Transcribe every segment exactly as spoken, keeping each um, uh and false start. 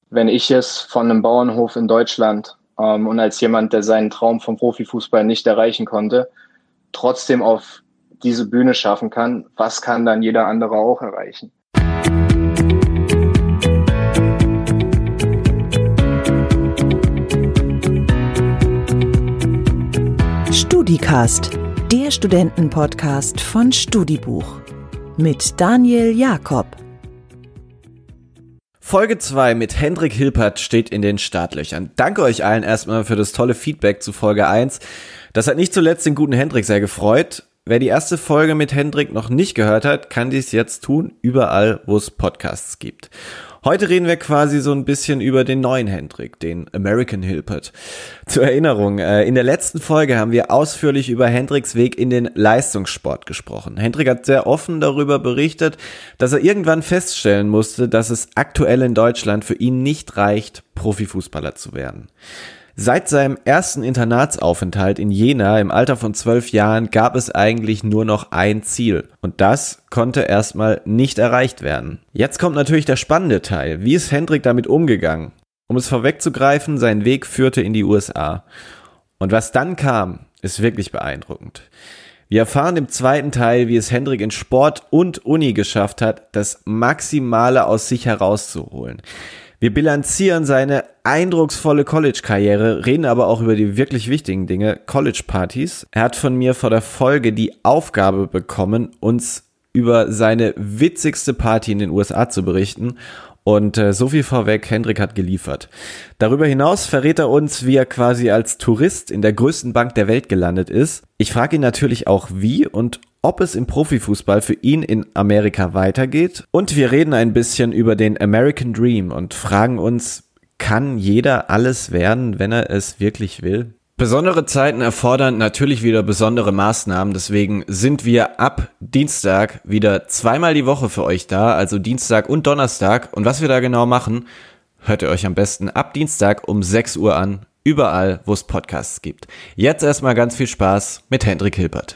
wenn ich es von einem Bauernhof in Deutschland ähm, und als jemand, der seinen Traum vom Profifußball nicht erreichen konnte, trotzdem auf diese Bühne schaffen kann, was kann dann jeder andere auch erreichen? StudiCast, der Studentenpodcast von Studibuch mit Daniel Jakob. Folge zwei mit Hendrik Hilpert steht in den Startlöchern. Danke euch allen erstmal für das tolle Feedback zu Folge eins. Das hat nicht zuletzt den guten Hendrik sehr gefreut. Wer die erste Folge mit Hendrik noch nicht gehört hat, kann dies jetzt tun, überall, wo es Podcasts gibt. Heute reden wir quasi so ein bisschen über den neuen Hendrik, den American Hilpert. Zur Erinnerung, in der letzten Folge haben wir ausführlich über Hendriks Weg in den Leistungssport gesprochen. Hendrik hat sehr offen darüber berichtet, dass er irgendwann feststellen musste, dass es aktuell in Deutschland für ihn nicht reicht, Profifußballer zu werden. Seit seinem ersten Internatsaufenthalt in Jena im Alter von zwölf Jahren gab es eigentlich nur noch ein Ziel. Und das konnte erstmal nicht erreicht werden. Jetzt kommt natürlich der spannende Teil. Wie ist Hendrik damit umgegangen? Um es vorwegzugreifen, sein Weg führte in die U S A. Und was dann kam, ist wirklich beeindruckend. Wir erfahren im zweiten Teil, wie es Hendrik in Sport und Uni geschafft hat, das Maximale aus sich herauszuholen. Wir bilanzieren seine eindrucksvolle College-Karriere, reden aber auch über die wirklich wichtigen Dinge, College-Partys. Er hat von mir vor der Folge die Aufgabe bekommen, uns über seine witzigste Party in den U S A zu berichten. Und äh, so viel vorweg, Hendrik hat geliefert. Darüber hinaus verrät er uns, wie er quasi als Tourist in der größten Bank der Welt gelandet ist. Ich frage ihn natürlich auch, wie und ob es im Profifußball für ihn in Amerika weitergeht. Und wir reden ein bisschen über den American Dream und fragen uns, kann jeder alles werden, wenn er es wirklich will? Besondere Zeiten erfordern natürlich wieder besondere Maßnahmen, deswegen sind wir ab Dienstag wieder zweimal die Woche für euch da, also Dienstag und Donnerstag. Und was wir da genau machen, hört ihr euch am besten ab Dienstag um sechs Uhr an, überall, wo es Podcasts gibt. Jetzt erstmal ganz viel Spaß mit Hendrik Hilpert.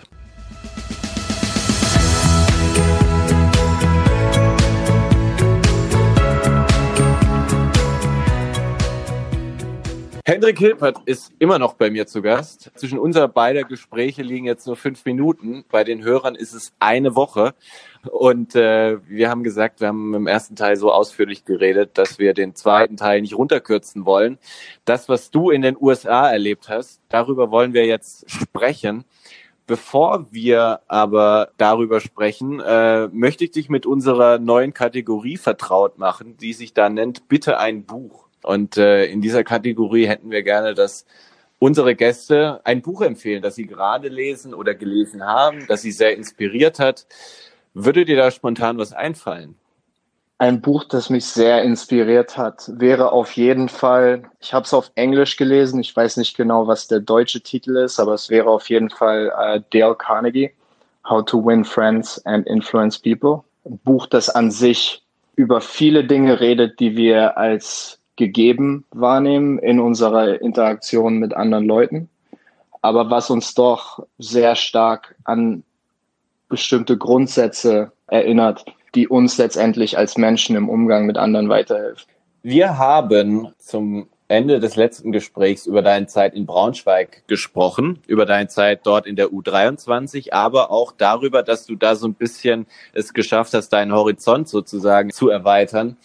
Hendrik Hilpert ist immer noch bei mir zu Gast. Zwischen unser beider Gespräche liegen jetzt nur fünf Minuten. Bei den Hörern ist es eine Woche. Und äh, wir haben gesagt, wir haben im ersten Teil so ausführlich geredet, dass wir den zweiten Teil nicht runterkürzen wollen. Das, was du in den U S A erlebt hast, darüber wollen wir jetzt sprechen. Bevor wir aber darüber sprechen, äh, möchte ich dich mit unserer neuen Kategorie vertraut machen, die sich da nennt Bitte ein Buch. Und äh, in dieser Kategorie hätten wir gerne, dass unsere Gäste ein Buch empfehlen, das sie gerade lesen oder gelesen haben, das sie sehr inspiriert hat. Würde dir da spontan was einfallen? Ein Buch, das mich sehr inspiriert hat, wäre auf jeden Fall, ich habe es auf Englisch gelesen, ich weiß nicht genau, was der deutsche Titel ist, aber es wäre auf jeden Fall äh, Dale Carnegie, How to Win Friends and Influence People. Ein Buch, das an sich über viele Dinge redet, die wir als gegeben wahrnehmen in unserer Interaktion mit anderen Leuten, aber was uns doch sehr stark an bestimmte Grundsätze erinnert, die uns letztendlich als Menschen im Umgang mit anderen weiterhelfen. Wir haben zum Ende des letzten Gesprächs über deine Zeit in Braunschweig gesprochen, über deine Zeit dort in der U dreiundzwanzig, aber auch darüber, dass du da so ein bisschen es geschafft hast, deinen Horizont sozusagen zu erweitern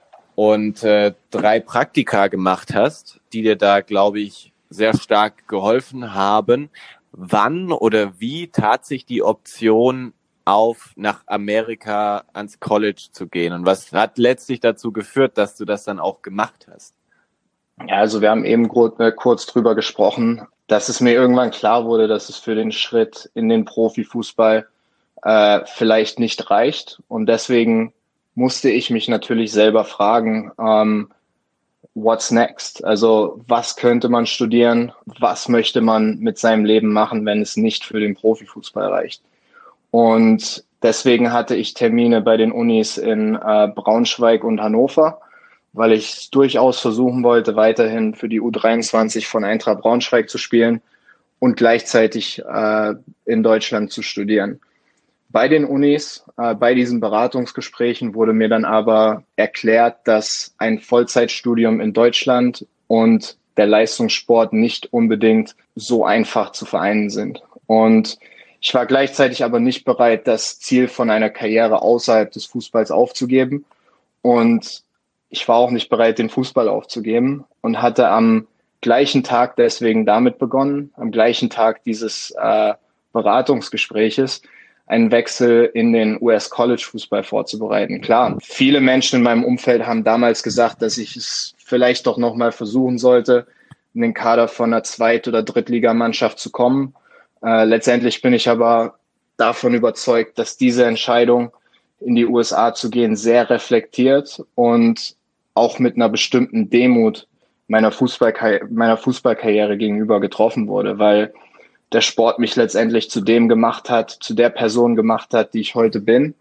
und äh, drei Praktika gemacht hast, die dir da, glaube ich, sehr stark geholfen haben. Wann oder wie tat sich die Option auf, nach Amerika ans College zu gehen? Und was hat letztlich dazu geführt, dass du das dann auch gemacht hast? Ja, also wir haben eben kurz drüber gesprochen, dass es mir irgendwann klar wurde, dass es für den Schritt in den Profifußball äh, vielleicht nicht reicht. Und deswegen musste ich mich natürlich selber fragen, ähm, what's next? Also was könnte man studieren? Was möchte man mit seinem Leben machen, wenn es nicht für den Profifußball reicht? Und deswegen hatte ich Termine bei den Unis in äh, Braunschweig und Hannover, weil ich es durchaus versuchen wollte, weiterhin für die U dreiundzwanzig von Eintracht Braunschweig zu spielen und gleichzeitig äh, in Deutschland zu studieren. bei den Unis, äh, bei diesen Beratungsgesprächen wurde mir dann aber erklärt, dass ein Vollzeitstudium in Deutschland und der Leistungssport nicht unbedingt so einfach zu vereinen sind. Und ich war gleichzeitig aber nicht bereit, das Ziel von einer Karriere außerhalb des Fußballs aufzugeben. Und ich war auch nicht bereit, den Fußball aufzugeben und hatte am gleichen Tag deswegen damit begonnen, am gleichen Tag dieses äh, Beratungsgespräches, einen Wechsel in den U S-College-Fußball vorzubereiten. Klar, viele Menschen in meinem Umfeld haben damals gesagt, dass ich es vielleicht doch nochmal versuchen sollte, in den Kader von einer Zweit- oder Drittligamannschaft zu kommen. Äh, letztendlich bin ich aber davon überzeugt, dass diese Entscheidung, in die U S A zu gehen, sehr reflektiert und auch mit einer bestimmten Demut meiner Fußballkarriere, meiner Fußballkarriere gegenüber getroffen wurde, weil der Sport mich letztendlich zu dem gemacht hat, zu der Person gemacht hat, die ich heute bin.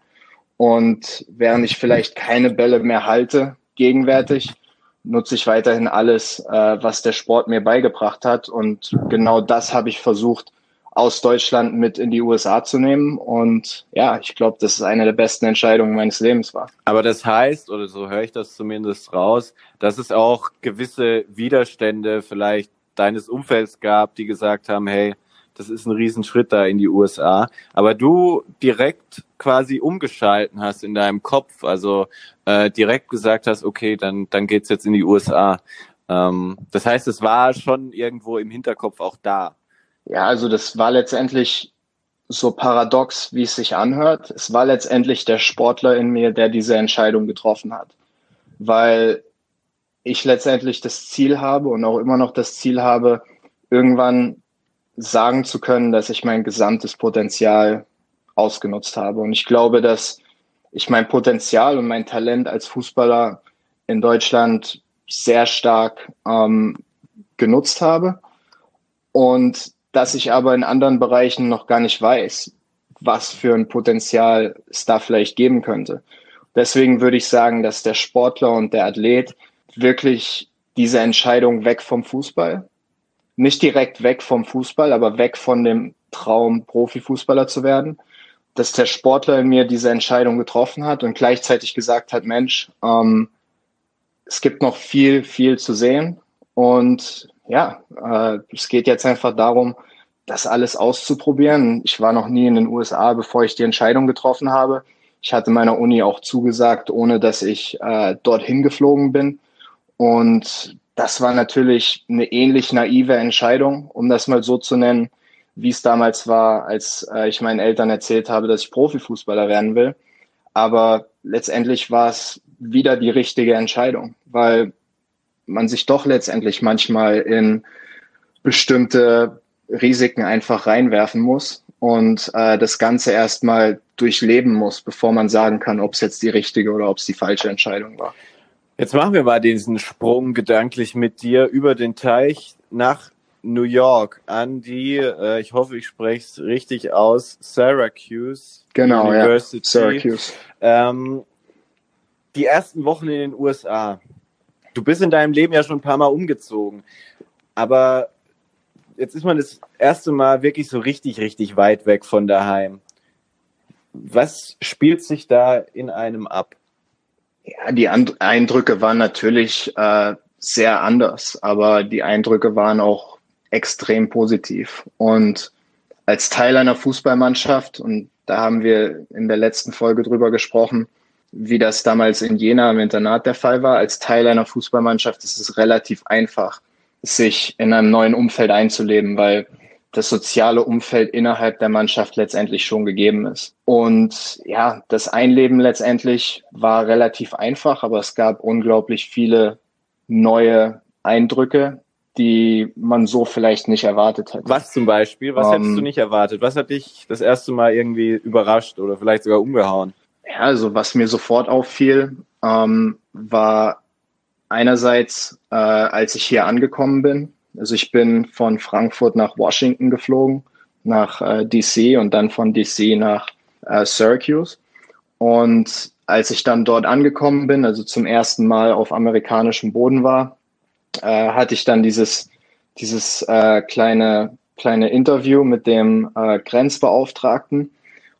Und während ich vielleicht keine Bälle mehr halte, gegenwärtig, nutze ich weiterhin alles, äh, was der Sport mir beigebracht hat. Und genau das habe ich versucht, aus Deutschland mit in die U S A zu nehmen. Und ja, ich glaube, das ist eine der besten Entscheidungen meines Lebens war. Aber das heißt, oder so höre ich das zumindest raus, dass es auch gewisse Widerstände vielleicht deines Umfelds gab, die gesagt haben, hey, das ist ein Riesenschritt da in die U S A. Aber du direkt quasi umgeschalten hast in deinem Kopf, also äh, direkt gesagt hast, okay, dann dann geht's jetzt in die U S A. Ähm, das heißt, es war schon irgendwo im Hinterkopf auch da. Ja, also das war letztendlich so paradox, wie es sich anhört. Es war letztendlich der Sportler in mir, der diese Entscheidung getroffen hat. Weil ich letztendlich das Ziel habe und auch immer noch das Ziel habe, irgendwann sagen zu können, dass ich mein gesamtes Potenzial ausgenutzt habe. Und ich glaube, dass ich mein Potenzial und mein Talent als Fußballer in Deutschland sehr stark ähm, genutzt habe und dass ich aber in anderen Bereichen noch gar nicht weiß, was für ein Potenzial es da vielleicht geben könnte. Deswegen würde ich sagen, dass der Sportler und der Athlet wirklich diese Entscheidung weg vom Fußball, nicht direkt weg vom Fußball, aber weg von dem Traum, Profifußballer zu werden, dass der Sportler in mir diese Entscheidung getroffen hat und gleichzeitig gesagt hat, Mensch, ähm, es gibt noch viel, viel zu sehen und ja, äh, es geht jetzt einfach darum, das alles auszuprobieren. Ich war noch nie in den U S A, bevor ich die Entscheidung getroffen habe. Ich hatte meiner Uni auch zugesagt, ohne dass ich äh, dorthin geflogen bin. Und das war natürlich eine ähnlich naive Entscheidung, um das mal so zu nennen, wie es damals war, als äh, ich meinen Eltern erzählt habe, dass ich Profifußballer werden will. Aber letztendlich war es wieder die richtige Entscheidung, weil man sich doch letztendlich manchmal in bestimmte Risiken einfach reinwerfen muss und äh, das Ganze erstmal durchleben muss, bevor man sagen kann, ob es jetzt die richtige oder ob es die falsche Entscheidung war. Jetzt machen wir mal diesen Sprung gedanklich mit dir über den Teich nach New York an die, äh, ich hoffe, ich spreche es richtig aus, Syracuse genau, University. Ja, Syracuse. Ähm, die ersten Wochen in den U S A. Du bist in deinem Leben ja schon ein paar Mal umgezogen, aber jetzt ist man das erste Mal wirklich so richtig, richtig weit weg von daheim. Was spielt sich da in einem ab? Ja, die And- Eindrücke waren natürlich äh, sehr anders, aber die Eindrücke waren auch extrem positiv. Und als Teil einer Fußballmannschaft, und da haben wir in der letzten Folge drüber gesprochen, wie das damals in Jena im Internat der Fall war, als Teil einer Fußballmannschaft ist es relativ einfach, sich in einem neuen Umfeld einzuleben, weil das soziale Umfeld innerhalb der Mannschaft letztendlich schon gegeben ist. Und ja, das Einleben letztendlich war relativ einfach, aber es gab unglaublich viele neue Eindrücke, die man so vielleicht nicht erwartet hätte. Was zum Beispiel? Was um, hättest du nicht erwartet? Was hat dich das erste Mal irgendwie überrascht oder vielleicht sogar umgehauen? Ja, also was mir sofort auffiel, ähm, war einerseits, äh, als ich hier angekommen bin. Also ich bin von Frankfurt nach Washington geflogen, nach äh, D C und dann von D C nach äh, Syracuse. Und als ich dann dort angekommen bin, also zum ersten Mal auf amerikanischem Boden war, äh, hatte ich dann dieses dieses äh, kleine kleine Interview mit dem äh, Grenzbeauftragten.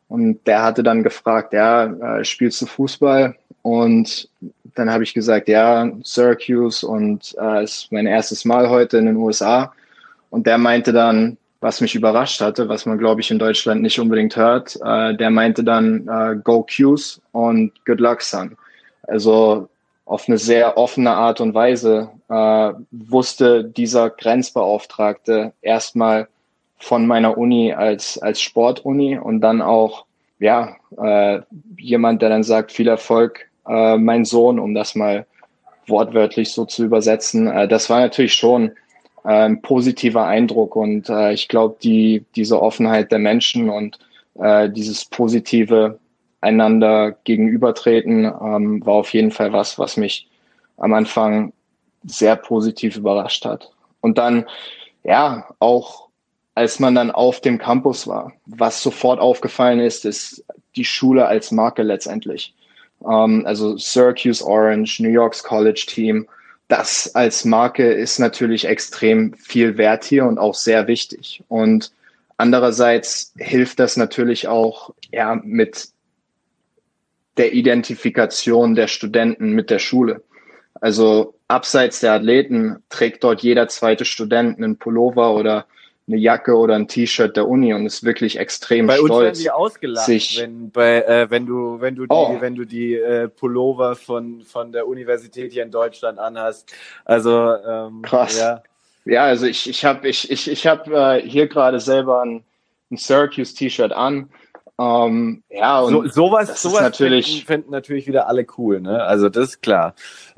Und der hatte dann gefragt, ja, äh, spielst du Fußball? Und dann habe ich gesagt, ja, Syracuse und äh, ist mein erstes Mal heute in den U S A. Und der meinte dann, was mich überrascht hatte, was man, glaube ich, in Deutschland nicht unbedingt hört, äh, der meinte dann, äh, go Qs und good luck, son. Also auf eine sehr offene Art und Weise äh, wusste dieser Grenzbeauftragte erstmal von meiner Uni als, als Sportuni und dann auch, ja, äh, jemand, der dann sagt, viel Erfolg, äh, mein Sohn, um das mal wortwörtlich so zu übersetzen. Äh, das war natürlich schon äh, ein positiver Eindruck und äh, ich glaube, die, diese Offenheit der Menschen und äh, dieses positive einander gegenübertreten ähm, war auf jeden Fall was, was mich am Anfang sehr positiv überrascht hat. Und dann, ja, auch als man dann auf dem Campus war, was sofort aufgefallen ist, ist die Schule als Marke letztendlich. Ähm, also Syracuse Orange, New York's College Team, das als Marke ist natürlich extrem viel wert hier und auch sehr wichtig. Und andererseits hilft das natürlich auch, ja, mit der Identifikation der Studenten mit der Schule. Also abseits der Athleten trägt dort jeder zweite Student einen Pullover oder eine Jacke oder ein T-Shirt der Uni und ist wirklich extrem bei stolz. Bei uns werden die ausgelacht, sich, wenn, bei, äh, wenn du, wenn du die, oh. wenn du die äh, Pullover von, von der Universität hier in Deutschland anhast. Also, ähm, krass. Ja, ja also ich, ich habe ich, ich, ich hab, äh, hier gerade selber ein, ein Syracuse T-Shirt an. Ähm, ja, und so, sowas, das sowas ist natürlich, finden, finden natürlich wieder alle cool, ne? Also das ist klar.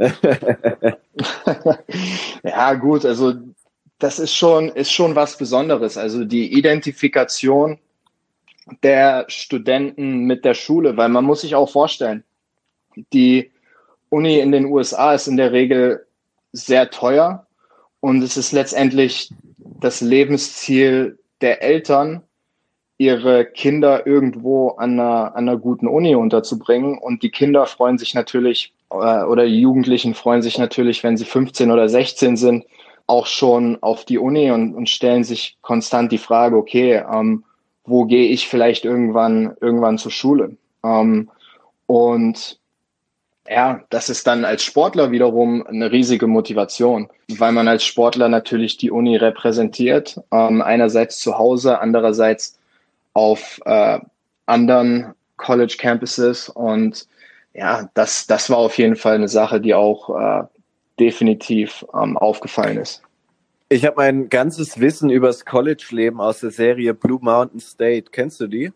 ja, gut, also das ist schon, ist schon was Besonderes. Also die Identifikation der Studenten mit der Schule, weil man muss sich auch vorstellen, die Uni in den U S A ist in der Regel sehr teuer und es ist letztendlich das Lebensziel der Eltern, ihre Kinder irgendwo an einer, an einer guten Uni unterzubringen. Und die Kinder freuen sich natürlich, äh, oder die Jugendlichen freuen sich natürlich, wenn sie fünfzehn oder sechzehn sind, auch schon auf die Uni und, und stellen sich konstant die Frage, okay, ähm, wo gehe ich vielleicht irgendwann, irgendwann zur Schule? Ähm, und ja, das ist dann als Sportler wiederum eine riesige Motivation, weil man als Sportler natürlich die Uni repräsentiert, ähm, einerseits zu Hause, andererseits auf äh, anderen College Campuses und ja, das, das war auf jeden Fall eine Sache, die auch äh, definitiv ähm, aufgefallen ist. Ich habe mein ganzes Wissen übers College-Leben aus der Serie Blue Mountain State. Kennst du die?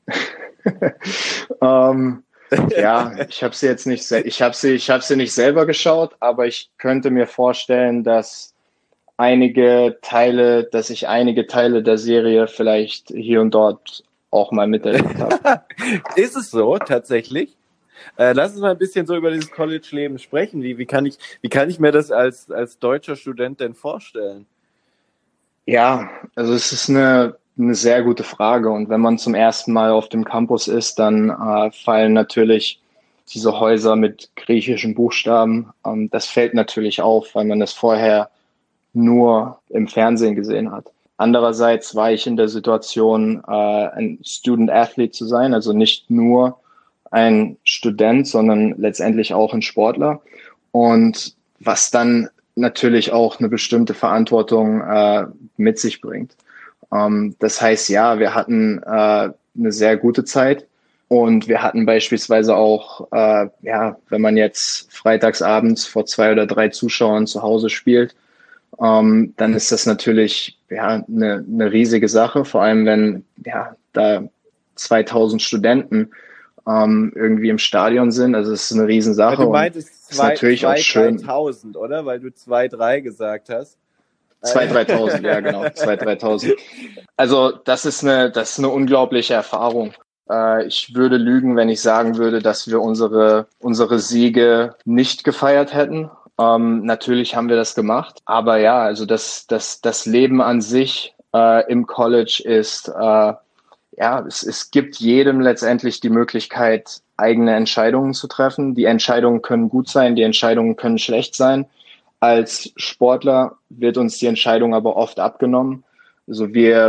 ähm, ja, ich habe sie jetzt nicht, ich habe sie, ich habe sie nicht selber geschaut, aber ich könnte mir vorstellen, dass einige Teile, dass ich einige Teile der Serie vielleicht hier und dort auch mal miterlebt habe. Ist es so tatsächlich? Äh, lass uns mal ein bisschen so über dieses College-Leben sprechen. Wie, wie kann ich, wie kann ich mir das als, als deutscher Student denn vorstellen? Ja, also es ist eine, eine sehr gute Frage. Und wenn man zum ersten Mal auf dem Campus ist, dann äh, fallen natürlich diese Häuser mit griechischen Buchstaben. Ähm, das fällt natürlich auf, weil man das vorher nur im Fernsehen gesehen hat. Andererseits war ich in der Situation, äh, ein Student Athlete zu sein, also nicht nur ein Student, sondern letztendlich auch ein Sportler. Und was dann natürlich auch eine bestimmte Verantwortung äh, mit sich bringt. Ähm, das heißt, ja, wir hatten äh, eine sehr gute Zeit und wir hatten beispielsweise auch, äh, ja, wenn man jetzt freitagsabends vor zwei oder drei Zuschauern zu Hause spielt, ähm, dann ist das natürlich ja eine, eine riesige Sache, vor allem wenn ja da zweitausend Studenten ähm, irgendwie im Stadion sind. Also es ist eine Riesensache. Du meintest zwei, natürlich zwei, auch schön. dreitausend, oder? Weil du zwei, drei gesagt hast. zwei, dreitausend, ja genau, zwei, dreitausend. Also das ist eine, das ist eine unglaubliche Erfahrung. Äh, ich würde lügen, wenn ich sagen würde, dass wir unsere, unsere Siege nicht gefeiert hätten. Ähm, natürlich haben wir das gemacht, aber ja, also das, das, das Leben an sich äh, im College ist, äh, ja, es, es gibt jedem letztendlich die Möglichkeit, eigene Entscheidungen zu treffen. Die Entscheidungen können gut sein, die Entscheidungen können schlecht sein. Als Sportler wird uns die Entscheidung aber oft abgenommen. Also wir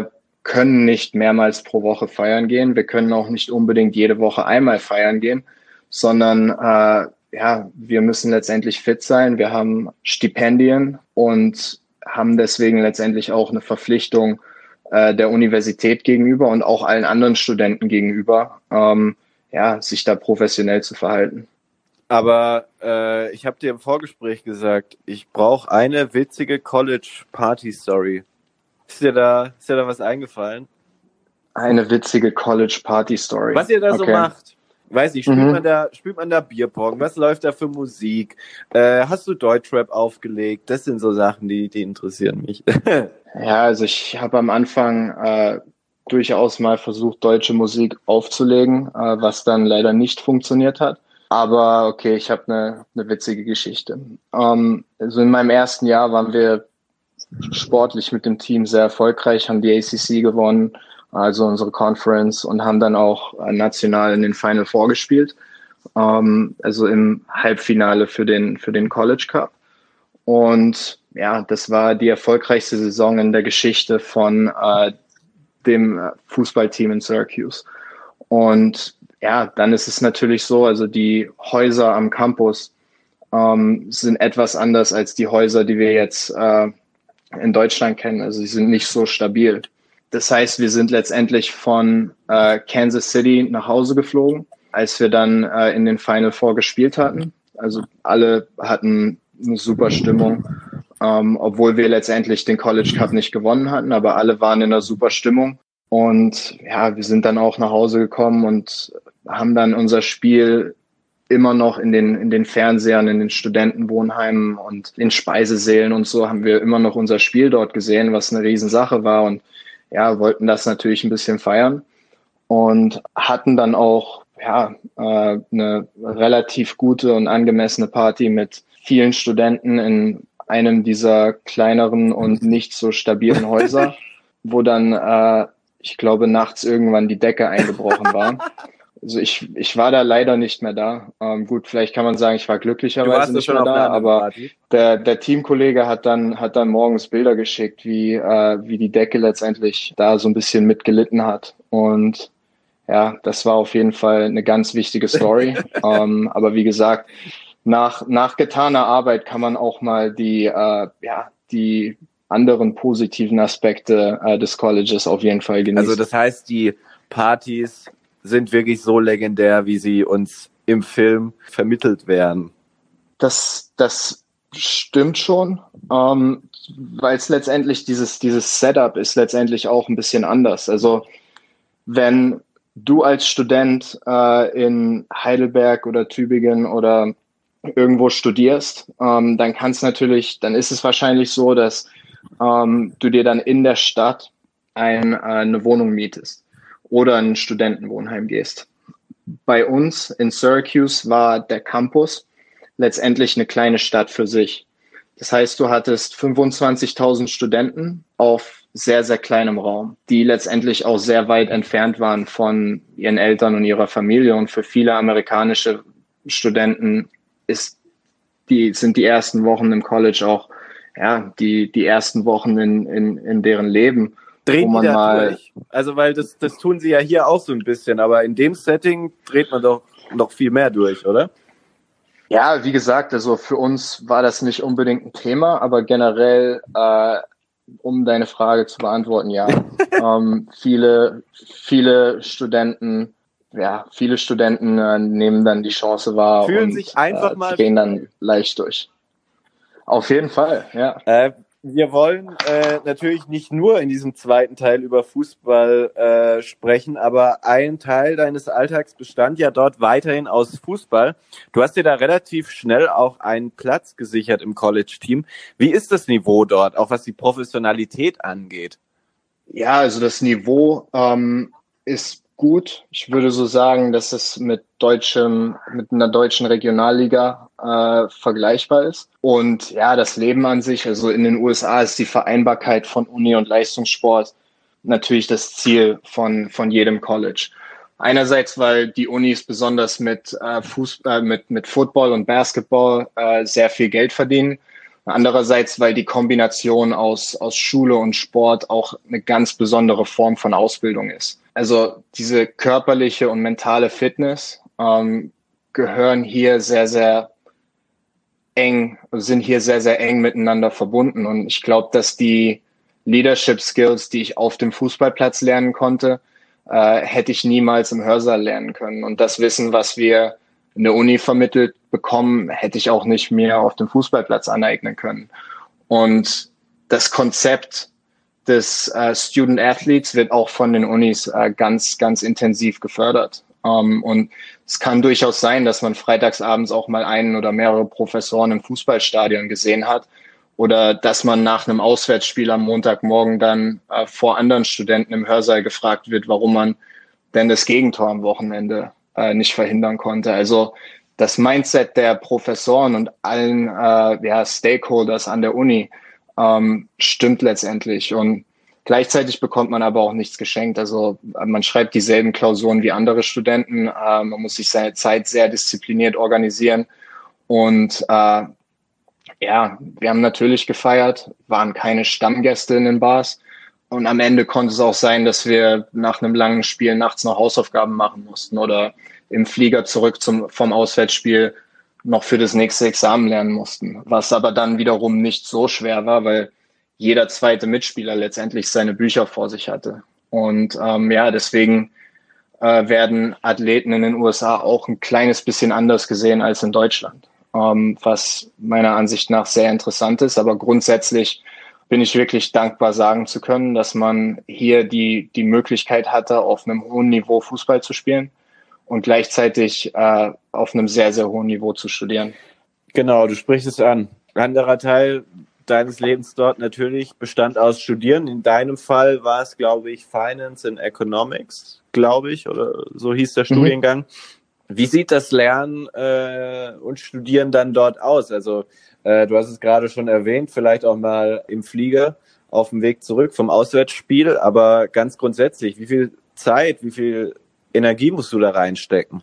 können nicht mehrmals pro Woche feiern gehen. Wir können auch nicht unbedingt jede Woche einmal feiern gehen, sondern äh, ja, wir müssen letztendlich fit sein. Wir haben Stipendien und haben deswegen letztendlich auch eine Verpflichtung äh, der Universität gegenüber und auch allen anderen Studenten gegenüber, ähm, ja, sich da professionell zu verhalten. Aber äh, ich habe dir im Vorgespräch gesagt, ich brauche eine witzige College-Party-Story. Ist dir da, ist dir da was eingefallen? Eine witzige College-Party-Story. Was ihr da okay. so macht? Weiß nicht, spielt, mhm. man da, spielt man da Bierpong? Was läuft da für Musik? Äh, hast du Deutschrap aufgelegt? Das sind so Sachen, die, die interessieren mich. Ja, also ich habe am Anfang äh, durchaus mal versucht, deutsche Musik aufzulegen, äh, was dann leider nicht funktioniert hat. Aber okay, ich habe eine, eine witzige Geschichte. Ähm, also in meinem ersten Jahr waren wir sportlich mit dem Team sehr erfolgreich, haben die A C C gewonnen, also unsere Conference, und haben dann auch national in den Final Four gespielt, ähm, also im Halbfinale für den für den College Cup. Und ja, das war die erfolgreichste Saison in der Geschichte von äh, dem Fußballteam in Syracuse. Und ja, dann ist es natürlich so, also die Häuser am Campus ähm, sind etwas anders als die Häuser, die wir jetzt äh, in Deutschland kennen. Also sie sind nicht so stabil. Das heißt, wir sind letztendlich von äh, Kansas City nach Hause geflogen, als wir dann äh, in den Final Four gespielt hatten. Also alle hatten eine super Stimmung, ähm, obwohl wir letztendlich den College Cup nicht gewonnen hatten, aber alle waren in einer super Stimmung. Und ja, wir sind dann auch nach Hause gekommen und haben dann unser Spiel immer noch in den in den Fernsehern, in den Studentenwohnheimen und in Speisesälen und so haben wir immer noch unser Spiel dort gesehen, was eine Riesensache war, und ja, wollten das natürlich ein bisschen feiern und hatten dann auch ja äh, eine relativ gute und angemessene Party mit vielen Studenten in einem dieser kleineren und nicht so stabilen Häuser, wo dann äh, ich glaube, nachts irgendwann die Decke eingebrochen war. Also ich ich war da leider nicht mehr da. Ähm, gut, vielleicht kann man sagen, ich war glücklicherweise nicht mehr da, aber der der Teamkollege hat dann hat dann morgens Bilder geschickt, wie äh, wie die Decke letztendlich da so ein bisschen mitgelitten hat. Und ja, das war auf jeden Fall eine ganz wichtige Story. ähm, aber wie gesagt, nach nach getaner Arbeit kann man auch mal die äh, ja die anderen positiven Aspekte äh, des Colleges auf jeden Fall genießen. Also das heißt, die Partys sind wirklich so legendär, wie sie uns im Film vermittelt werden. Das, das stimmt schon, ähm, weil es letztendlich dieses, dieses Setup ist letztendlich auch ein bisschen anders. Also wenn du als Student äh, in Heidelberg oder Tübingen oder irgendwo studierst, ähm, dann kann es natürlich, dann ist es wahrscheinlich so, dass ähm, du dir dann in der Stadt ein, äh, eine Wohnung mietest oder in ein Studentenwohnheim gehst. Bei uns in Syracuse war der Campus letztendlich eine kleine Stadt für sich. Das heißt, du hattest fünfundzwanzigtausend Studenten auf sehr, sehr kleinem Raum, die letztendlich auch sehr weit entfernt waren von ihren Eltern und ihrer Familie. Und für viele amerikanische Studenten ist die, sind die ersten Wochen im College auch ja, die, die ersten Wochen in, in, in deren Leben. Drehen die da durch? Also, weil das, das tun sie ja hier auch so ein bisschen, aber in dem Setting dreht man doch noch viel mehr durch, oder? Ja, wie gesagt, also für uns war das nicht unbedingt ein Thema, aber generell, äh, um deine Frage zu beantworten, ja. ähm, viele, viele Studenten, ja, viele Studenten äh, nehmen dann die Chance wahr Fühlen und sich einfach äh, mal drehen dann leicht durch. Auf jeden Fall, ja. Äh, wir wollen äh, natürlich nicht nur in diesem zweiten Teil über Fußball äh, sprechen, aber ein Teil deines Alltags bestand ja dort weiterhin aus Fußball. Du hast dir da relativ schnell auch einen Platz gesichert im College-Team. Wie ist das Niveau dort, auch was die Professionalität angeht? Ja, also das Niveau ähm, ist gut. Ich würde so sagen, dass es mit deutschem, mit einer deutschen Regionalliga äh, vergleichbar ist. Und ja, das Leben an sich, also in den U S A ist die Vereinbarkeit von Uni und Leistungssport natürlich das Ziel von von jedem College. Einerseits, weil die Unis besonders mit äh, Fußball, mit mit Football und Basketball äh, sehr viel Geld verdienen, Andererseits, weil die Kombination aus, aus Schule und Sport auch eine ganz besondere Form von Ausbildung ist. Also diese körperliche und mentale Fitness ähm, gehören hier sehr, sehr eng, sind hier sehr, sehr eng miteinander verbunden. Und ich glaube, dass die Leadership Skills, die ich auf dem Fußballplatz lernen konnte, äh, hätte ich niemals im Hörsaal lernen können. Und das Wissen, was wir in der Uni vermittelt bekommen, hätte ich auch nicht mehr auf dem Fußballplatz aneignen können. Und das Konzept des äh, Student Athletes wird auch von den Unis äh, ganz, ganz intensiv gefördert. Um, und es kann durchaus sein, dass man freitagsabends auch mal einen oder mehrere Professoren im Fußballstadion gesehen hat oder dass man nach einem Auswärtsspiel am Montagmorgen dann äh, vor anderen Studenten im Hörsaal gefragt wird, warum man denn das Gegentor am Wochenende äh, nicht verhindern konnte. Also das Mindset der Professoren und allen äh, ja, Stakeholders an der Uni ähm, stimmt letztendlich. Und gleichzeitig bekommt man aber auch nichts geschenkt. Also man schreibt dieselben Klausuren wie andere Studenten. Äh, man muss sich seine Zeit sehr diszipliniert organisieren. Und äh, ja, wir haben natürlich gefeiert, waren keine Stammgäste in den Bars. Und am Ende konnte es auch sein, dass wir nach einem langen Spiel nachts noch Hausaufgaben machen mussten oder im Flieger zurück zum, vom Auswärtsspiel noch für das nächste Examen lernen mussten. Was aber dann wiederum nicht so schwer war, weil jeder zweite Mitspieler letztendlich seine Bücher vor sich hatte. Und ähm, ja, deswegen äh, werden Athleten in den U S A auch ein kleines bisschen anders gesehen als in Deutschland, ähm, was meiner Ansicht nach sehr interessant ist. Aber grundsätzlich bin ich wirklich dankbar, sagen zu können, dass man hier die die Möglichkeit hatte, auf einem hohen Niveau Fußball zu spielen und gleichzeitig äh, auf einem sehr, sehr hohen Niveau zu studieren. Genau, du sprichst es an. Anderer Teil deines Lebens dort natürlich bestand aus Studieren. In deinem Fall war es, glaube ich, Finance and Economics, glaube ich, oder so hieß der mhm. Studiengang. Wie sieht das Lernen äh, und Studieren dann dort aus? Also äh, du hast es gerade schon erwähnt, vielleicht auch mal im Flieger auf dem Weg zurück vom Auswärtsspiel, aber ganz grundsätzlich, wie viel Zeit, wie viel Energie musst du da reinstecken?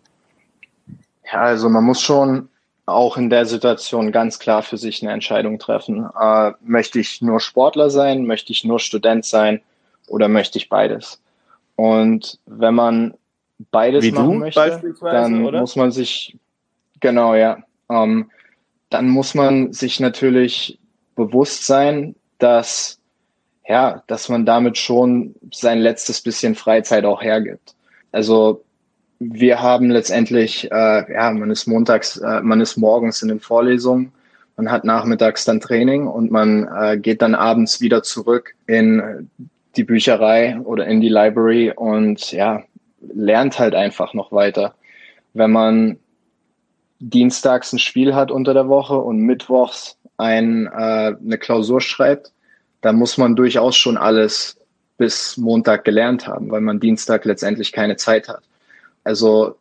Ja, also man muss schon auch in der Situation ganz klar für sich eine Entscheidung treffen. Äh, möchte ich nur Sportler sein? Möchte ich nur Student sein? Oder möchte ich beides? Und wenn man beides Wie machen du möchte, dann oder? muss man sich, genau, ja, ähm, dann muss man sich natürlich bewusst sein, dass, ja, dass man damit schon sein letztes bisschen Freizeit auch hergibt. Also wir haben letztendlich, äh, ja, man ist montags, äh, man ist morgens in den Vorlesungen, man hat nachmittags dann Training und man äh, geht dann abends wieder zurück in die Bücherei oder in die Library und ja, lernt halt einfach noch weiter. Wenn man dienstags ein Spiel hat unter der Woche und mittwochs ein, äh, eine Klausur schreibt, dann muss man durchaus schon alles bis Montag gelernt haben, weil man Dienstag letztendlich keine Zeit hat. Also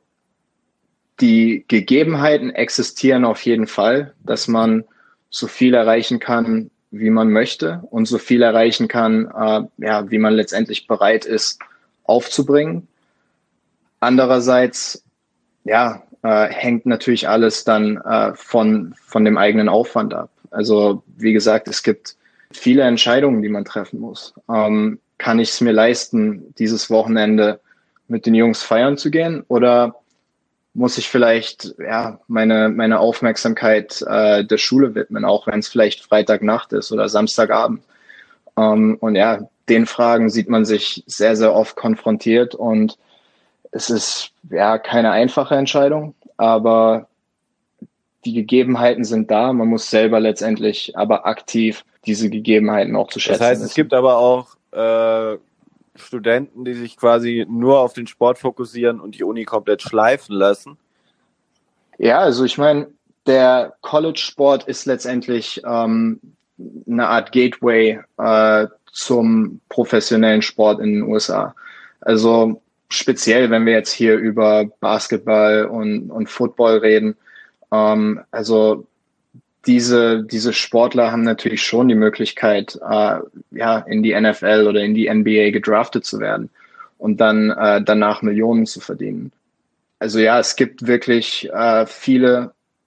die Gegebenheiten existieren auf jeden Fall, dass man so viel erreichen kann, wie man möchte und so viel erreichen kann, äh, ja, wie man letztendlich bereit ist aufzubringen. Andererseits, ja, äh, hängt natürlich alles dann äh, von von dem eigenen Aufwand ab. Also wie gesagt, es gibt viele Entscheidungen, die man treffen muss. Ähm, kann ich es mir leisten, dieses Wochenende mit den Jungs feiern zu gehen, oder muss ich vielleicht ja meine meine Aufmerksamkeit äh, der Schule widmen, auch wenn es vielleicht Freitagnacht ist oder Samstagabend. Ähm, und ja, den Fragen sieht man sich sehr, sehr oft konfrontiert und es ist ja keine einfache Entscheidung, aber die Gegebenheiten sind da. Man muss selber letztendlich aber aktiv diese Gegebenheiten auch zu schätzen Das heißt, wissen. Es gibt aber auch äh, Studenten, die sich quasi nur auf den Sport fokussieren und die Uni komplett schleifen lassen. Ja, also ich meine, der College-Sport ist letztendlich ähm, eine Art Gateway äh, zum professionellen Sport in den U S A. Also speziell, wenn wir jetzt hier über Basketball und, und Football reden. Ähm, also diese, diese Sportler haben natürlich schon die Möglichkeit, äh, ja, in die N F L oder in die N B A gedraftet zu werden und dann äh, danach Millionen zu verdienen. Also ja, es gibt wirklich äh, viele,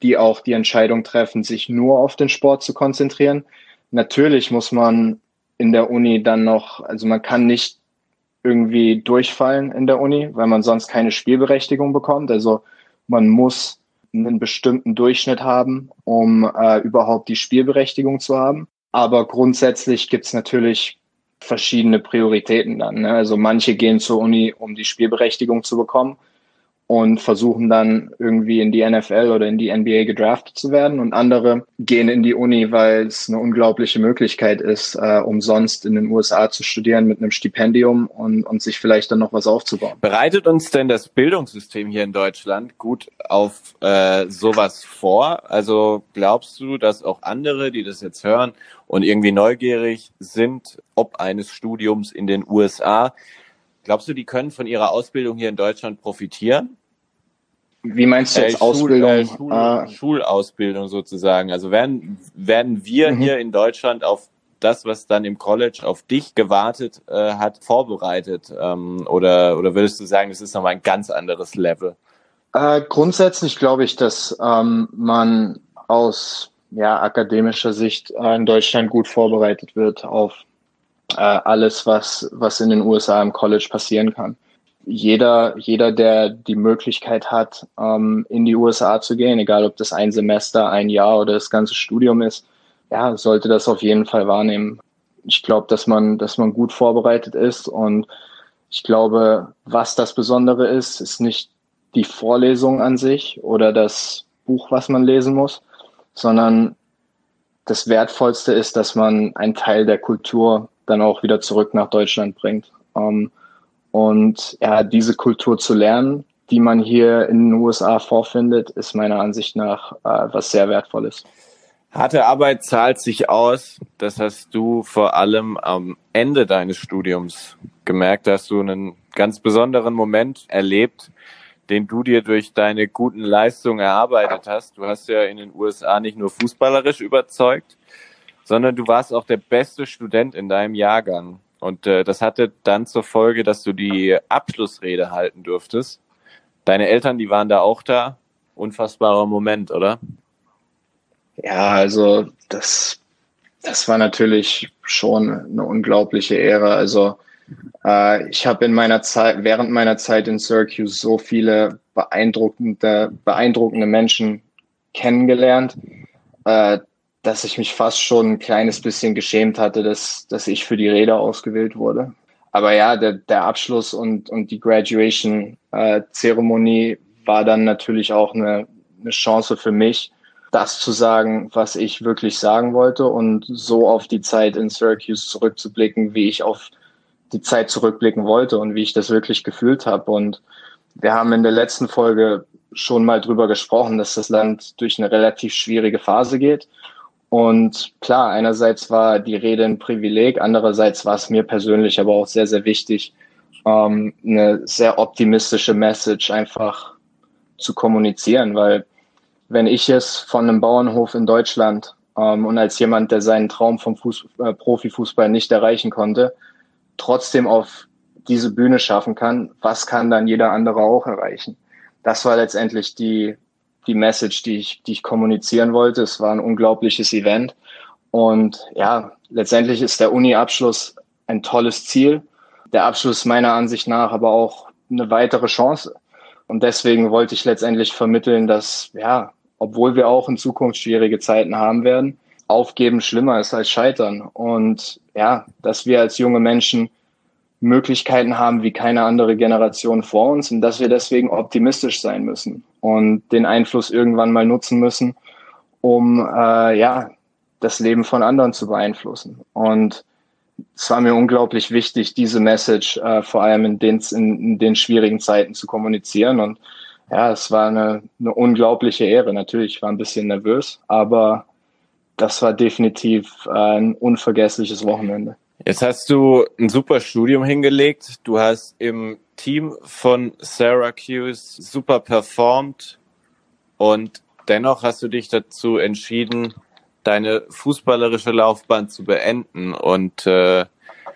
die auch die Entscheidung treffen, sich nur auf den Sport zu konzentrieren. Natürlich muss man in der Uni dann noch, also man kann nicht irgendwie durchfallen in der Uni, weil man sonst keine Spielberechtigung bekommt. Also man muss einen bestimmten Durchschnitt haben, um äh, überhaupt die Spielberechtigung zu haben. Aber grundsätzlich gibt's natürlich verschiedene Prioritäten dann, ne? Also manche gehen zur Uni, um die Spielberechtigung zu bekommen und versuchen dann irgendwie in die N F L oder in die N B A gedraftet zu werden. Und andere gehen in die Uni, weil es eine unglaubliche Möglichkeit ist, äh, umsonst in den U S A zu studieren mit einem Stipendium und, und sich vielleicht dann noch was aufzubauen. Bereitet uns denn das Bildungssystem hier in Deutschland gut auf äh, sowas vor? Also glaubst du, dass auch andere, die das jetzt hören und irgendwie neugierig sind, ob eines Studiums in den U S A, glaubst du, die können von ihrer Ausbildung hier in Deutschland profitieren? Wie meinst du jetzt äh, Ausbildung? Schul, äh, Schul, äh, Schulausbildung sozusagen. Also werden, werden wir mhm. hier in Deutschland auf das, was dann im College auf dich gewartet äh, hat, vorbereitet? Ähm, oder, oder würdest du sagen, das ist nochmal ein ganz anderes Level? Äh, grundsätzlich glaube ich, dass ähm, man aus ja, akademischer Sicht äh, in Deutschland gut vorbereitet wird auf äh, alles, was, was in den U S A im College passieren kann. Jeder, jeder, der die Möglichkeit hat, ähm, in die U S A zu gehen, egal ob das ein Semester, ein Jahr oder das ganze Studium ist, ja, sollte das auf jeden Fall wahrnehmen. Ich glaube, dass man, dass man gut vorbereitet ist, und ich glaube, was das Besondere ist, ist nicht die Vorlesung an sich oder das Buch, was man lesen muss, sondern das Wertvollste ist, dass man einen Teil der Kultur dann auch wieder zurück nach Deutschland bringt. Um, und ja, diese Kultur zu lernen, die man hier in den U S A vorfindet, ist meiner Ansicht nach äh, was sehr Wertvolles. Harte Arbeit zahlt sich aus. Das hast du vor allem am Ende deines Studiums gemerkt. Da hast du einen ganz besonderen Moment erlebt, den du dir durch deine guten Leistungen erarbeitet hast. Du hast ja in den U S A nicht nur fußballerisch überzeugt, sondern du warst auch der beste Student in deinem Jahrgang. Und äh, das hatte dann zur Folge, dass du die Abschlussrede halten durftest. Deine Eltern, die waren da auch da. Unfassbarer Moment, oder? Ja, also das, das war natürlich schon eine unglaubliche Ehre. Also äh, ich habe in meiner Zeit, während meiner Zeit in Syracuse so viele beeindruckende, beeindruckende Menschen kennengelernt, äh, dass ich mich fast schon ein kleines bisschen geschämt hatte, dass, dass ich für die Rede ausgewählt wurde. Aber ja, der, der Abschluss und, und die Graduation-Zeremonie äh, war dann natürlich auch eine, eine Chance für mich, das zu sagen, was ich wirklich sagen wollte, und so auf die Zeit in Syracuse zurückzublicken, wie ich auf die Zeit zurückblicken wollte und wie ich das wirklich gefühlt habe. Und wir haben in der letzten Folge schon mal drüber gesprochen, dass das Land durch eine relativ schwierige Phase geht. Und klar, einerseits war die Rede ein Privileg, andererseits war es mir persönlich aber auch sehr, sehr wichtig, ähm, eine sehr optimistische Message einfach zu kommunizieren, weil wenn ich es von einem Bauernhof in Deutschland ähm, und als jemand, der seinen Traum vom Fuß, äh, Profifußball nicht erreichen konnte, trotzdem auf diese Bühne schaffen kann, was kann dann jeder andere auch erreichen? Das war letztendlich die die Message, die ich, die ich kommunizieren wollte. Es war ein unglaubliches Event. Und ja, letztendlich ist der Uni-Abschluss ein tolles Ziel. Der Abschluss meiner Ansicht nach aber auch eine weitere Chance. Und deswegen wollte ich letztendlich vermitteln, dass, ja, obwohl wir auch in Zukunft schwierige Zeiten haben werden, Aufgeben schlimmer ist als Scheitern. Und ja, dass wir als junge Menschen Möglichkeiten haben wie keine andere Generation vor uns und dass wir deswegen optimistisch sein müssen und den Einfluss irgendwann mal nutzen müssen, um äh, ja das Leben von anderen zu beeinflussen. Und es war mir unglaublich wichtig, diese Message äh, vor allem in den, in, in den schwierigen Zeiten zu kommunizieren. Und ja, es war eine, eine unglaubliche Ehre. Natürlich, ich war ein bisschen nervös, aber das war definitiv äh, ein unvergessliches Wochenende. Jetzt hast du ein super Studium hingelegt. Du hast im Team von Syracuse super performt und dennoch hast du dich dazu entschieden, deine fußballerische Laufbahn zu beenden und äh,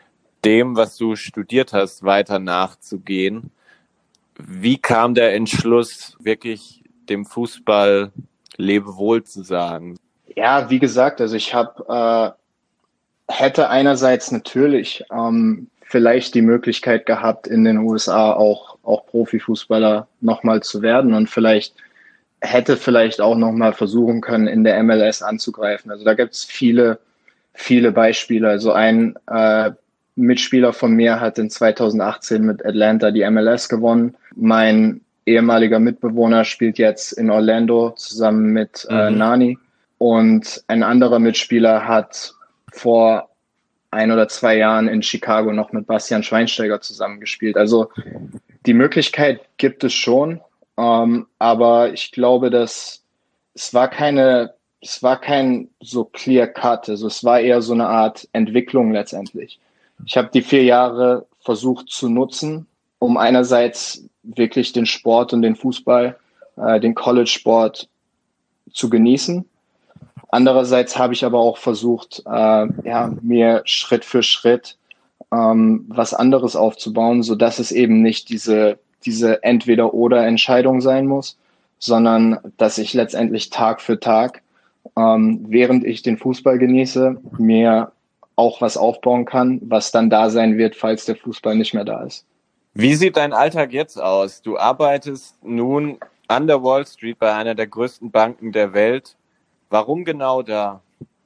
dem, was du studiert hast, weiter nachzugehen. Wie kam der Entschluss, wirklich dem Fußball Lebewohl zu sagen? Ja, wie gesagt, also ich habe äh, hätte einerseits natürlich ähm, vielleicht die Möglichkeit gehabt, in den U S A auch auch Profifußballer nochmal zu werden und vielleicht hätte vielleicht auch nochmal versuchen können, in der M L S anzugreifen. Also da gibt es viele, viele Beispiele. Also ein äh, Mitspieler von mir hat in zweitausendachtzehn mit Atlanta die M L S gewonnen. Mein ehemaliger Mitbewohner spielt jetzt in Orlando zusammen mit äh, Mhm. Nani. Und ein anderer Mitspieler hat vor ein oder zwei Jahren in Chicago noch mit Bastian Schweinsteiger zusammengespielt. Also die Möglichkeit gibt es schon, ähm, aber ich glaube, dass es war keine, es war kein so clear cut. Also es war eher so eine Art Entwicklung letztendlich. Ich habe die vier Jahre versucht zu nutzen, um einerseits wirklich den Sport und den Fußball, äh, den College-Sport zu genießen. Andererseits habe ich aber auch versucht, äh, ja, mir Schritt für Schritt ähm, was anderes aufzubauen, so dass es eben nicht diese diese Entweder-oder-Entscheidung sein muss, sondern dass ich letztendlich Tag für Tag, ähm, während ich den Fußball genieße, mir auch was aufbauen kann, was dann da sein wird, falls der Fußball nicht mehr da ist. Wie sieht dein Alltag jetzt aus? Du arbeitest nun an der Wall Street bei einer der größten Banken der Welt. Warum genau da?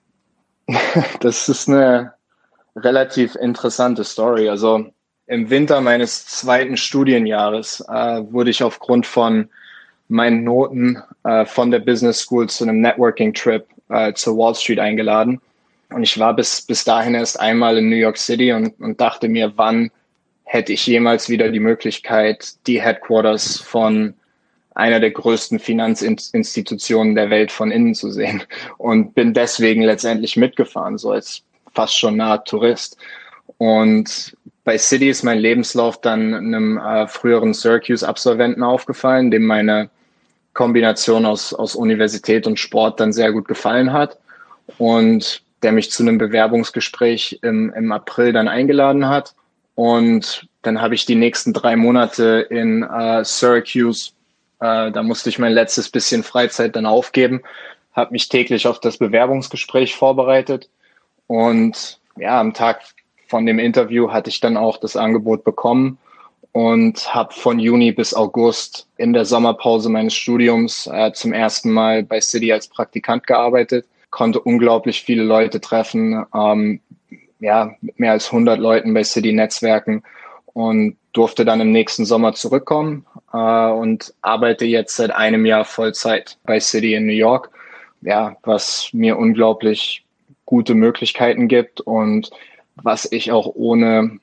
Das ist eine relativ interessante Story. Also im Winter meines zweiten Studienjahres äh, wurde ich aufgrund von meinen Noten äh, von der Business School zu einem Networking-Trip äh, zur Wall Street eingeladen. Und ich war bis, bis dahin erst einmal in New York City und, und dachte mir, wann hätte ich jemals wieder die Möglichkeit, die Headquarters von einer der größten Finanzinstitutionen der Welt von innen zu sehen. Und bin deswegen letztendlich mitgefahren, so als fast schon eine Art Tourist. Und bei Citi ist mein Lebenslauf dann einem äh, früheren Syracuse-Absolventen aufgefallen, dem meine Kombination aus, aus Universität und Sport dann sehr gut gefallen hat. Und der mich zu einem Bewerbungsgespräch im, im April dann eingeladen hat. Und dann habe ich die nächsten drei Monate in äh, Syracuse, äh, da musste ich mein letztes bisschen Freizeit dann aufgeben, habe mich täglich auf das Bewerbungsgespräch vorbereitet. Und ja, am Tag von dem Interview hatte ich dann auch das Angebot bekommen und habe von Juni bis August in der Sommerpause meines Studiums äh, zum ersten Mal bei Citi als Praktikant gearbeitet, konnte unglaublich viele Leute treffen, ähm, ja, mit mehr als hundert Leuten bei Citi netzwerken und durfte dann im nächsten Sommer zurückkommen äh, und arbeite jetzt seit einem Jahr Vollzeit bei Citi in New York, ja, was mir unglaublich gute Möglichkeiten gibt und was ich auch ohne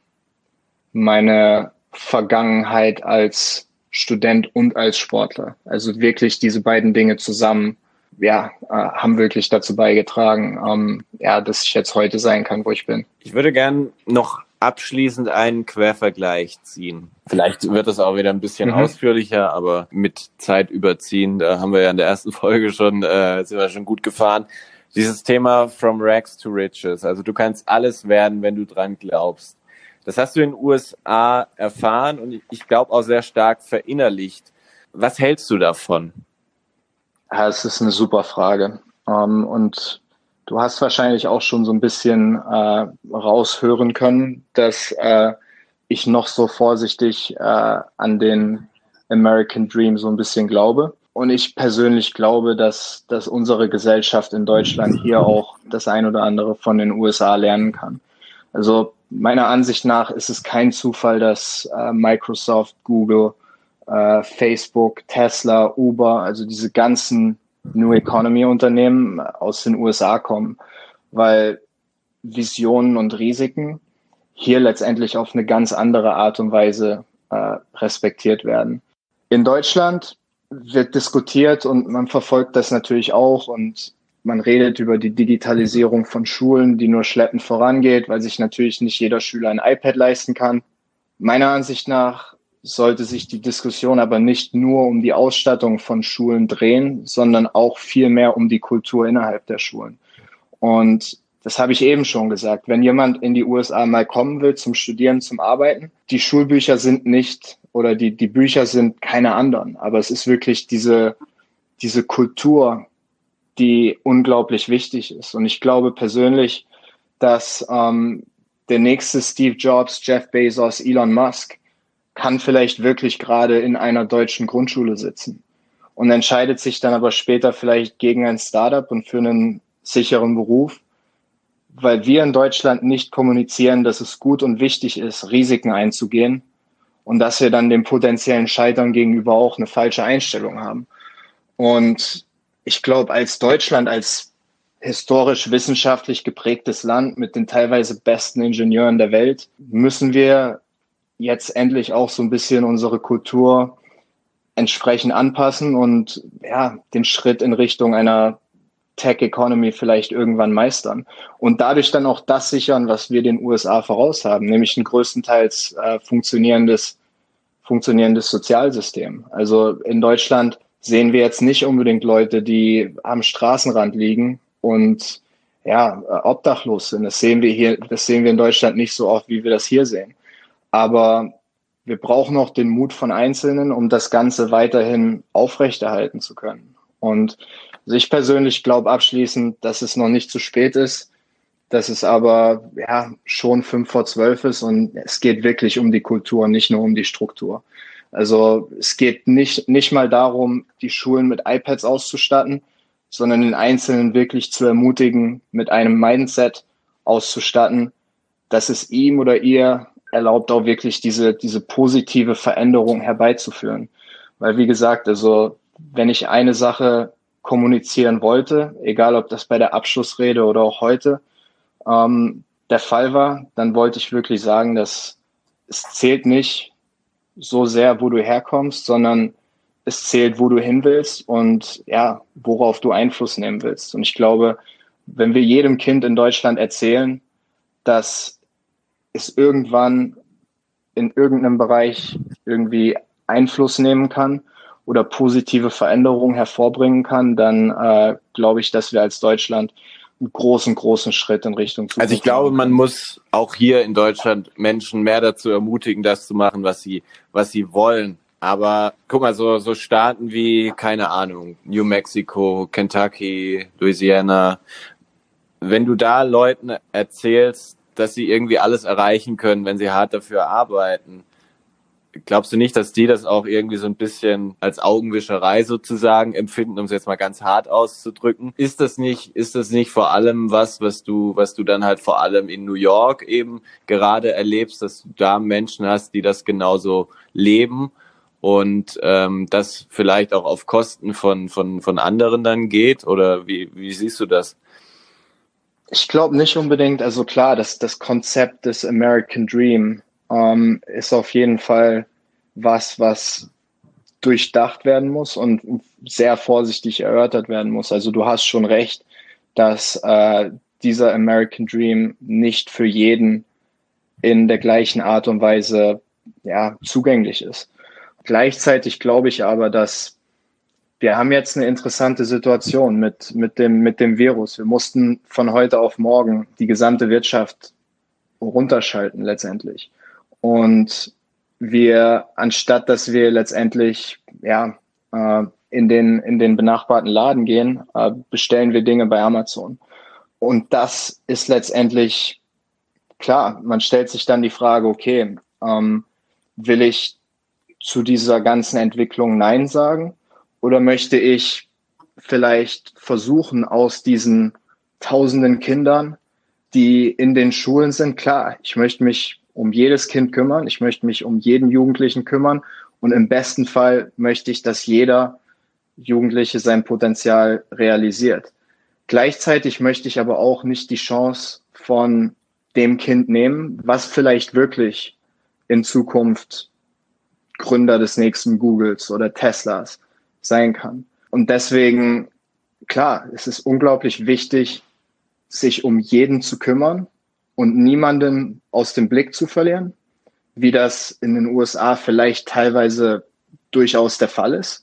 meine Vergangenheit als Student und als Sportler, also wirklich diese beiden Dinge zusammen, ja, äh, haben wirklich dazu beigetragen, ähm, ja, dass ich jetzt heute sein kann, wo ich bin. Ich würde gern noch abschließend einen Quervergleich ziehen. Vielleicht wird das auch wieder ein bisschen mhm. ausführlicher, aber mit Zeit überziehen, da haben wir ja in der ersten Folge schon, äh, sind wir schon gut gefahren. Dieses Thema from rags to riches, also du kannst alles werden, wenn du dran glaubst. Das hast du in den U S A erfahren und ich glaube auch sehr stark verinnerlicht. Was hältst du davon? Ja, es ist eine super Frage. Um, und du hast wahrscheinlich auch schon so ein bisschen äh, raushören können, dass äh, ich noch so vorsichtig äh, an den American Dream so ein bisschen glaube. Und ich persönlich glaube, dass, dass unsere Gesellschaft in Deutschland hier auch das ein oder andere von den U S A lernen kann. Also meiner Ansicht nach ist es kein Zufall, dass äh, Microsoft, Google, äh, Facebook, Tesla, Uber, also diese ganzen New Economy Unternehmen aus den U S A kommen, weil Visionen und Risiken hier letztendlich auf eine ganz andere Art und Weise äh, respektiert werden. In Deutschland wird diskutiert und man verfolgt das natürlich auch und man redet über die Digitalisierung von Schulen, die nur schleppend vorangeht, weil sich natürlich nicht jeder Schüler ein iPad leisten kann. Meiner Ansicht nach sollte sich die Diskussion aber nicht nur um die Ausstattung von Schulen drehen, sondern auch viel mehr um die Kultur innerhalb der Schulen. Und das habe ich eben schon gesagt. Wenn jemand in die U S A mal kommen will zum Studieren, zum Arbeiten, die Schulbücher sind nicht oder die, die Bücher sind keine anderen. Aber es ist wirklich diese, diese Kultur, die unglaublich wichtig ist. Und ich glaube persönlich, dass ähm, der nächste Steve Jobs, Jeff Bezos, Elon Musk kann vielleicht wirklich gerade in einer deutschen Grundschule sitzen und entscheidet sich dann aber später vielleicht gegen ein Startup und für einen sicheren Beruf, weil wir in Deutschland nicht kommunizieren, dass es gut und wichtig ist, Risiken einzugehen und dass wir dann dem potenziellen Scheitern gegenüber auch eine falsche Einstellung haben. Und ich glaube, als Deutschland, als historisch wissenschaftlich geprägtes Land mit den teilweise besten Ingenieuren der Welt, müssen wir jetzt endlich auch so ein bisschen unsere Kultur entsprechend anpassen und ja, den Schritt in Richtung einer Tech-Economy vielleicht irgendwann meistern und dadurch dann auch das sichern, was wir den U S A voraus haben, nämlich ein größtenteils äh, funktionierendes, funktionierendes Sozialsystem. Also in Deutschland sehen wir jetzt nicht unbedingt Leute, die am Straßenrand liegen und ja, obdachlos sind. Das sehen wir hier, das sehen wir in Deutschland nicht so oft, wie wir das hier sehen. Aber wir brauchen auch den Mut von Einzelnen, um das Ganze weiterhin aufrechterhalten zu können. Und also ich persönlich glaube abschließend, dass es noch nicht zu spät ist, dass es aber ja schon fünf vor zwölf ist und es geht wirklich um die Kultur, nicht nur um die Struktur. Also es geht nicht, nicht mal darum, die Schulen mit iPads auszustatten, sondern den Einzelnen wirklich zu ermutigen, mit einem Mindset auszustatten, dass es ihm oder ihr erlaubt, auch wirklich diese, diese positive Veränderung herbeizuführen. Weil, wie gesagt, also, wenn ich eine Sache kommunizieren wollte, egal ob das bei der Abschlussrede oder auch heute ähm, der Fall war, dann wollte ich wirklich sagen, dass es zählt nicht so sehr, wo du herkommst, sondern es zählt, wo du hin willst und ja, worauf du Einfluss nehmen willst. Und ich glaube, wenn wir jedem Kind in Deutschland erzählen, dass es irgendwann in irgendeinem Bereich irgendwie Einfluss nehmen kann oder positive Veränderungen hervorbringen kann, dann äh, glaube ich, dass wir als Deutschland einen großen, großen Schritt in Richtung Zukunft Also ich glaube, man muss auch hier in Deutschland Menschen mehr dazu ermutigen, das zu machen, was sie, was sie wollen. Aber guck mal, so, so Staaten wie, keine Ahnung, New Mexico, Kentucky, Louisiana, wenn du da Leuten erzählst, dass sie irgendwie alles erreichen können, wenn sie hart dafür arbeiten, glaubst du nicht, dass die das auch irgendwie so ein bisschen als Augenwischerei sozusagen empfinden, um es jetzt mal ganz hart auszudrücken? Ist das nicht, ist das nicht vor allem was, was du, was du dann halt vor allem in New York eben gerade erlebst, dass du da Menschen hast, die das genauso leben und ähm, das vielleicht auch auf Kosten von von von anderen dann geht? Oder wie wie siehst du das? Ich glaube nicht unbedingt, also klar, das, das Konzept des American Dream ähm, ist auf jeden Fall was, was durchdacht werden muss und sehr vorsichtig erörtert werden muss. Also du hast schon recht, dass äh, dieser American Dream nicht für jeden in der gleichen Art und Weise ja, zugänglich ist. Gleichzeitig glaube ich aber, dass wir haben jetzt eine interessante Situation mit, mit dem, mit dem Virus. Wir mussten von heute auf morgen die gesamte Wirtschaft runterschalten letztendlich. Und wir, anstatt dass wir letztendlich, ja, äh, in den, in den benachbarten Laden gehen, äh, bestellen wir Dinge bei Amazon. Und das ist letztendlich, klar, man stellt sich dann die Frage, okay, ähm, will ich zu dieser ganzen Entwicklung Nein sagen? Oder möchte ich vielleicht versuchen, aus diesen tausenden Kindern, die in den Schulen sind, klar, ich möchte mich um jedes Kind kümmern, ich möchte mich um jeden Jugendlichen kümmern und im besten Fall möchte ich, dass jeder Jugendliche sein Potenzial realisiert. Gleichzeitig möchte ich aber auch nicht die Chance von dem Kind nehmen, was vielleicht wirklich in Zukunft Gründer des nächsten Googles oder Teslas sein kann. Und deswegen, klar, es ist unglaublich wichtig, sich um jeden zu kümmern und niemanden aus dem Blick zu verlieren, wie das in den U S A vielleicht teilweise durchaus der Fall ist.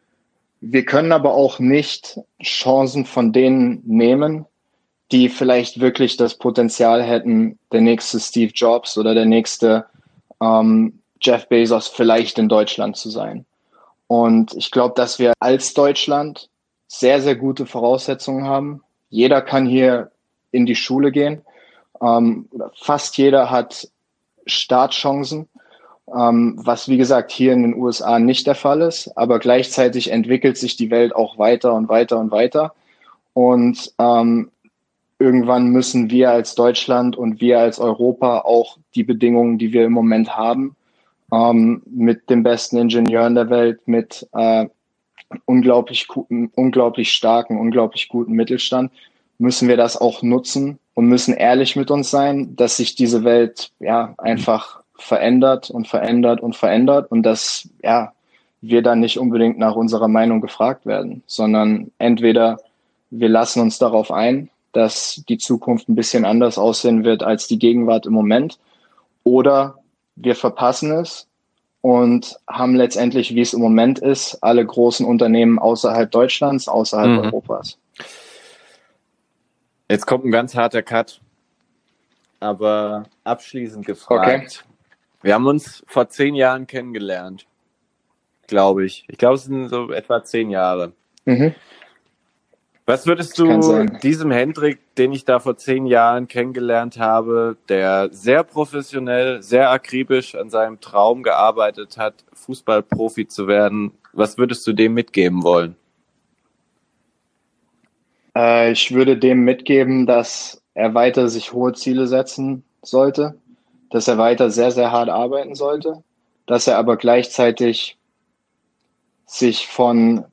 Wir können aber auch nicht Chancen von denen nehmen, die vielleicht wirklich das Potenzial hätten, der nächste Steve Jobs oder der nächste ähm, Jeff Bezos vielleicht in Deutschland zu sein. Und ich glaube, dass wir als Deutschland sehr, sehr gute Voraussetzungen haben. Jeder kann hier in die Schule gehen. Ähm, fast jeder hat Startchancen, ähm, was wie gesagt hier in den U S A nicht der Fall ist. Aber gleichzeitig entwickelt sich die Welt auch weiter und weiter und weiter. Und ähm, irgendwann müssen wir als Deutschland und wir als Europa auch die Bedingungen, die wir im Moment haben, ähm, mit den besten Ingenieuren der Welt, mit äh, unglaublich guten, unglaublich starken, unglaublich guten Mittelstand, müssen wir das auch nutzen und müssen ehrlich mit uns sein, dass sich diese Welt ja einfach verändert und verändert und verändert und dass ja wir dann nicht unbedingt nach unserer Meinung gefragt werden, sondern entweder wir lassen uns darauf ein, dass die Zukunft ein bisschen anders aussehen wird als die Gegenwart im Moment, oder wir verpassen es und haben letztendlich, wie es im Moment ist, alle großen Unternehmen außerhalb Deutschlands, außerhalb mhm. Europas. Jetzt kommt ein ganz harter Cut, aber abschließend gefragt. Okay. Wir haben uns vor zehn Jahren kennengelernt, glaube ich. Ich glaube, es sind so etwa zehn Jahre. Mhm. Was würdest du diesem Hendrik, den ich da vor zehn Jahren kennengelernt habe, der sehr professionell, sehr akribisch an seinem Traum gearbeitet hat, Fußballprofi zu werden, was würdest du dem mitgeben wollen? Äh, ich würde dem mitgeben, dass er weiter sich hohe Ziele setzen sollte, dass er weiter sehr, sehr hart arbeiten sollte, dass er aber gleichzeitig sich von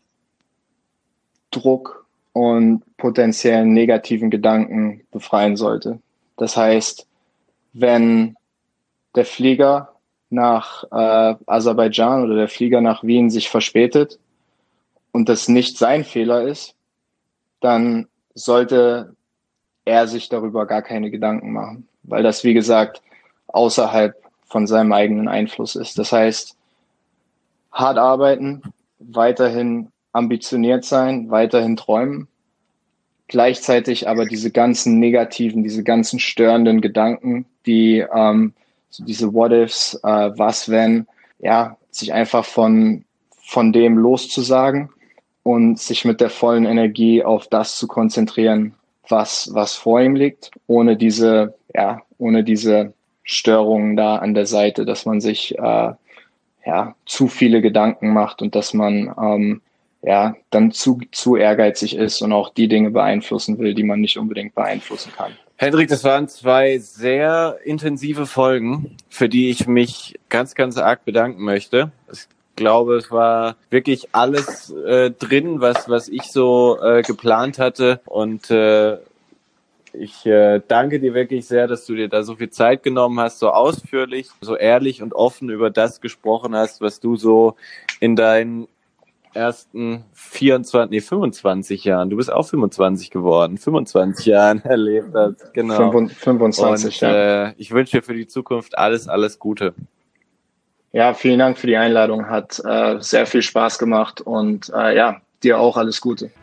Druck und potenziellen negativen Gedanken befreien sollte. Das heißt, wenn der Flieger nach äh, Aserbaidschan oder der Flieger nach Wien sich verspätet und das nicht sein Fehler ist, dann sollte er sich darüber gar keine Gedanken machen, weil das, wie gesagt, außerhalb von seinem eigenen Einfluss ist. Das heißt, hart arbeiten, weiterhin ambitioniert sein, weiterhin träumen, gleichzeitig aber diese ganzen negativen, diese ganzen störenden Gedanken, die ähm, so diese What-Ifs, äh, was wenn, ja, sich einfach von von dem loszusagen und sich mit der vollen Energie auf das zu konzentrieren, was was vor ihm liegt, ohne diese, ja, ohne diese Störungen da an der Seite, dass man sich äh, ja zu viele Gedanken macht und dass man ähm, ja, dann zu, zu ehrgeizig ist und auch die Dinge beeinflussen will, die man nicht unbedingt beeinflussen kann. Hendrik, das waren zwei sehr intensive Folgen, für die ich mich ganz, ganz arg bedanken möchte. Ich glaube, es war wirklich alles äh, drin, was, was ich so äh, geplant hatte, und äh, ich äh, danke dir wirklich sehr, dass du dir da so viel Zeit genommen hast, so ausführlich, so ehrlich und offen über das gesprochen hast, was du so in deinen ersten vierundzwanzig, nee, fünfundzwanzig Jahren, du bist auch fünfundzwanzig geworden, fünfundzwanzig Jahren erlebt hast, genau. fünfundzwanzig, und, ja. Äh, ich wünsche dir für die Zukunft alles, alles Gute. Ja, vielen Dank für die Einladung, hat äh, sehr viel Spaß gemacht und äh, ja, dir auch alles Gute.